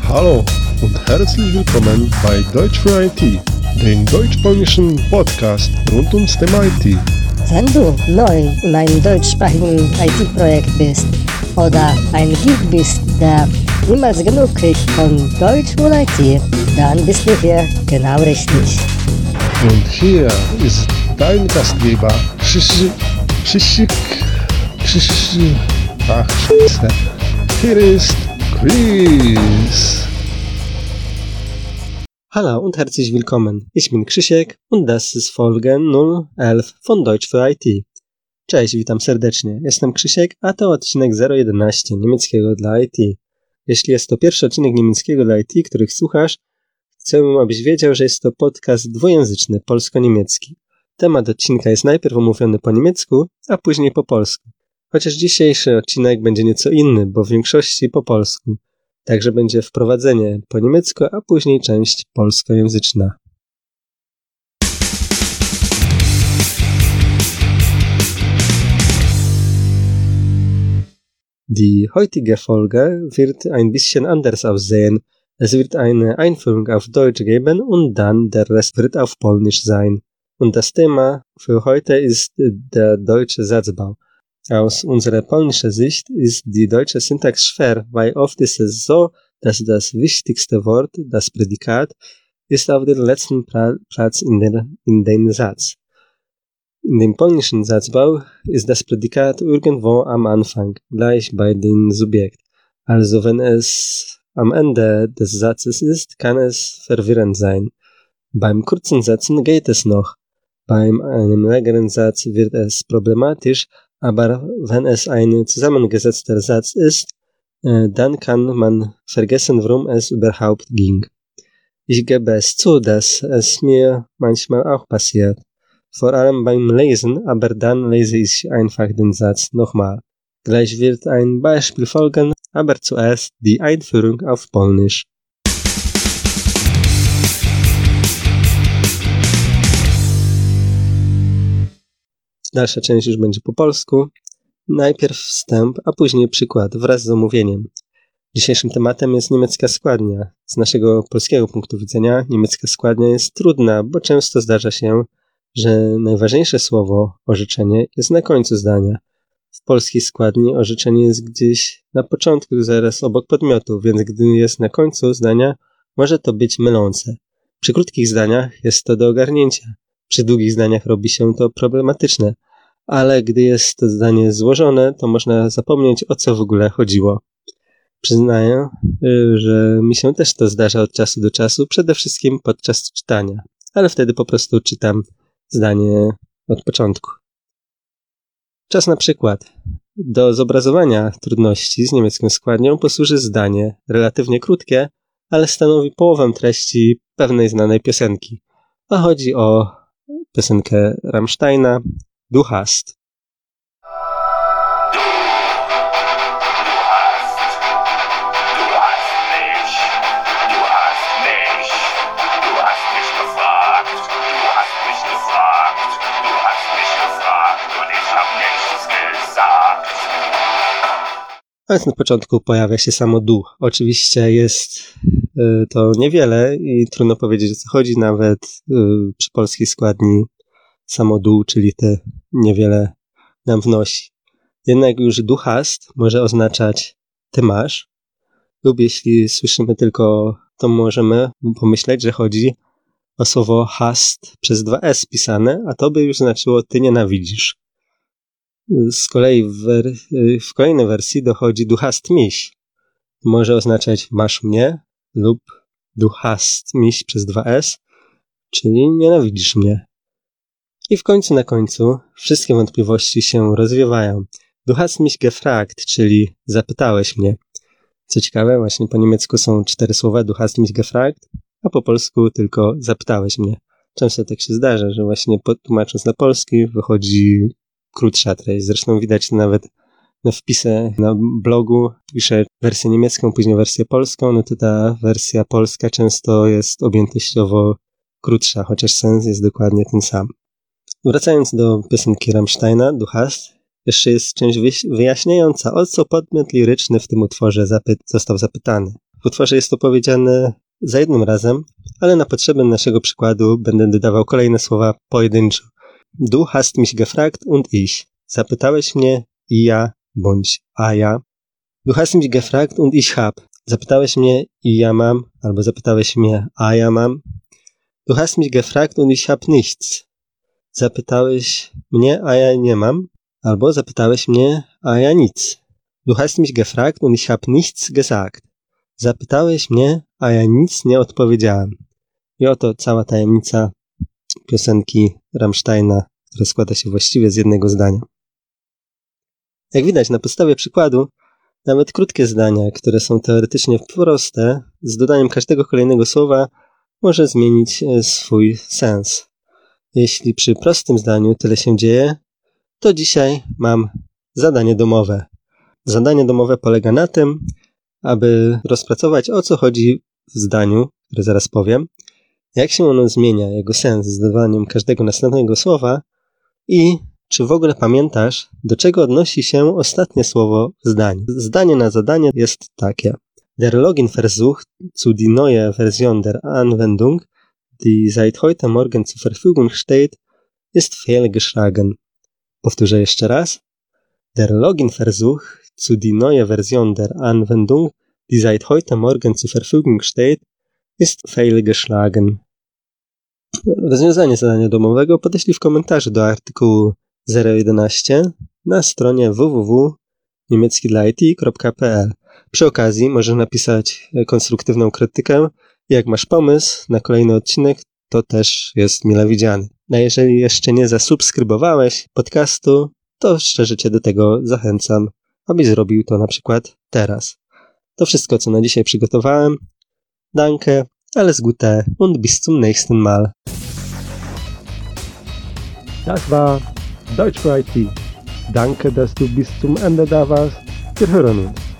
Hallo und herzlich willkommen bei Deutsch für IT, den deutsch-polnischen Podcast rund ums Thema IT. Wenn du neu in einem deutschsprachigen IT-Projekt bist oder ein Geek bist, der niemals genug kriegt von Deutsch und IT, dann bist du hier genau richtig. Und hier ist dein Gastgeber, Hier ist Chris. Hallo und herzlich willkommen. Ich bin Krzysiek und das ist Folge 011 von Deutsch für IT. Cześć, witam serdecznie. Jestem Krzysiek, a to odcinek 011 niemieckiego dla IT. Jeśli jest to pierwszy odcinek niemieckiego dla IT, których słuchasz, chcę, abyś wiedział, że jest to podcast dwujęzyczny, polsko-niemiecki. Temat odcinka jest najpierw omówiony po niemiecku, a później po polsku. Chociaż dzisiejszy odcinek będzie nieco inny, bo w większości po polsku. Także będzie wprowadzenie po niemiecku, a później część polskojęzyczna. Die heutige Folge wird ein bisschen anders aussehen. Es wird eine Einführung auf Deutsch geben und dann der Rest wird auf Polnisch sein. Und das Thema für heute ist der deutsche Satzbau. Aus unserer polnischen Sicht ist die deutsche Syntax schwer, weil oft ist es so, dass das wichtigste Wort, das Prädikat, ist auf dem letzten Platz in den Satz. In dem polnischen Satzbau ist das Prädikat irgendwo am Anfang, gleich bei dem Subjekt. Also wenn es am Ende des Satzes ist, kann es verwirrend sein. Beim kurzen Sätzen geht es noch. Beim einem längeren Satz wird es problematisch, aber wenn es ein zusammengesetzter Satz ist, dann kann man vergessen, worum es überhaupt ging. Ich gebe es zu, dass es mir manchmal auch passiert. Vor allem beim Lesen, aber dann lese ich einfach den Satz nochmal. Gleich wird ein Beispiel folgen, aber zuerst die Einführung auf Polnisch. Dalsza część już będzie po polsku. Najpierw wstęp, a później przykład wraz z omówieniem. Dzisiejszym tematem jest niemiecka składnia. Z naszego polskiego punktu widzenia niemiecka składnia jest trudna, bo często zdarza się, że najważniejsze słowo, orzeczenie, jest na końcu zdania. W polskiej składni orzeczenie jest gdzieś na początku, zaraz obok podmiotu, więc gdy jest na końcu zdania, może to być mylące. Przy krótkich zdaniach jest to do ogarnięcia. Przy długich zdaniach robi się to problematyczne, ale gdy jest to zdanie złożone, to można zapomnieć, o co w ogóle chodziło. Przyznaję, że mi się też to zdarza od czasu do czasu, przede wszystkim podczas czytania, ale wtedy po prostu czytam zdanie od początku. Czas na przykład. Do zobrazowania trudności z niemiecką składnią posłuży zdanie, relatywnie krótkie, ale stanowi połowę treści pewnej znanej piosenki. A chodzi o piosenkę Rammsteina Du hast. A więc na początku pojawia się samo du. Oczywiście jest to niewiele i trudno powiedzieć, o co chodzi, nawet przy polskiej składni samo du, czyli te niewiele nam wnosi. Jednak już du hast może oznaczać ty masz, lub jeśli słyszymy tylko, to możemy pomyśleć, że chodzi o słowo hast przez 2s pisane, a to by już znaczyło ty nienawidzisz. Z kolei w kolejnej wersji dochodzi du hast mich. Może oznaczać masz mnie lub du hast mich przez 2s, czyli nienawidzisz mnie. I w końcu na końcu wszystkie wątpliwości się rozwiewają. Du hast mich gefragt, czyli zapytałeś mnie. Co ciekawe, właśnie po niemiecku są 4 słowa du hast mich gefragt, a po polsku tylko zapytałeś mnie. Często tak się zdarza, że właśnie tłumacząc na polski wychodzi krótsza treść. Zresztą widać to nawet na wpisach na blogu. Piszę wersję niemiecką, później wersję polską. No to ta wersja polska często jest objętościowo krótsza, chociaż sens jest dokładnie ten sam. Wracając do piosenki Rammsteina, Du hast, jeszcze jest część wyjaśniająca, o co podmiot liryczny w tym utworze został zapytany. W utworze jest to powiedziane za jednym razem, ale na potrzeby naszego przykładu będę dodawał kolejne słowa pojedynczo. Du hast mich gefragt und ich. Zapytałeś mnie i ja, bądź a ja. Du hast mich gefragt und ich hab. Zapytałeś mnie i ja mam, albo zapytałeś mnie, a ja mam. Du hast mich gefragt und ich hab nichts. Zapytałeś mnie, a ja nie mam, albo zapytałeś mnie, a ja nic. Du hast mich gefragt und ich hab nichts gesagt. Zapytałeś mnie, a ja nic nie odpowiedziałem. I oto cała tajemnica piosenki Rammsteina, która składa się właściwie z jednego zdania. Jak widać na podstawie przykładu, nawet krótkie zdania, które są teoretycznie proste, z dodaniem każdego kolejnego słowa może zmienić swój sens. Jeśli przy prostym zdaniu tyle się dzieje, to dzisiaj mam zadanie domowe. Zadanie domowe polega na tym, aby rozpracować, o co chodzi w zdaniu, które zaraz powiem, jak się ono zmienia, jego sens z dodaniem każdego następnego słowa i czy w ogóle pamiętasz, do czego odnosi się ostatnie słowo w zdaniu. Zdanie na zadanie jest takie. Der Login-Versuch zu die neue Version der Anwendung, die seit heute Morgen zur Verfügung steht, ist fehlgeschlagen. Powtórzę jeszcze raz. Der Login-Versuch zu die neue Version der Anwendung, die seit heute Morgen zur Verfügung steht, ist fehlgeschlagen. Rozwiązanie zadania domowego podeślij w komentarzu do artykułu 011 na stronie www.niemiecki-dla-it.pl. Przy okazji możesz napisać konstruktywną krytykę. Jak masz pomysł na kolejny odcinek, to też jest mile widziany. A jeżeli jeszcze nie zasubskrybowałeś podcastu, to szczerze Cię do tego zachęcam, abyś zrobił to na przykład teraz. To wszystko, co na dzisiaj przygotowałem. Danke, alles Gute und bis zum nächsten Mal. Das war Deutsch für IT. Danke, dass du bis zum Ende da warst. Wir hören uns.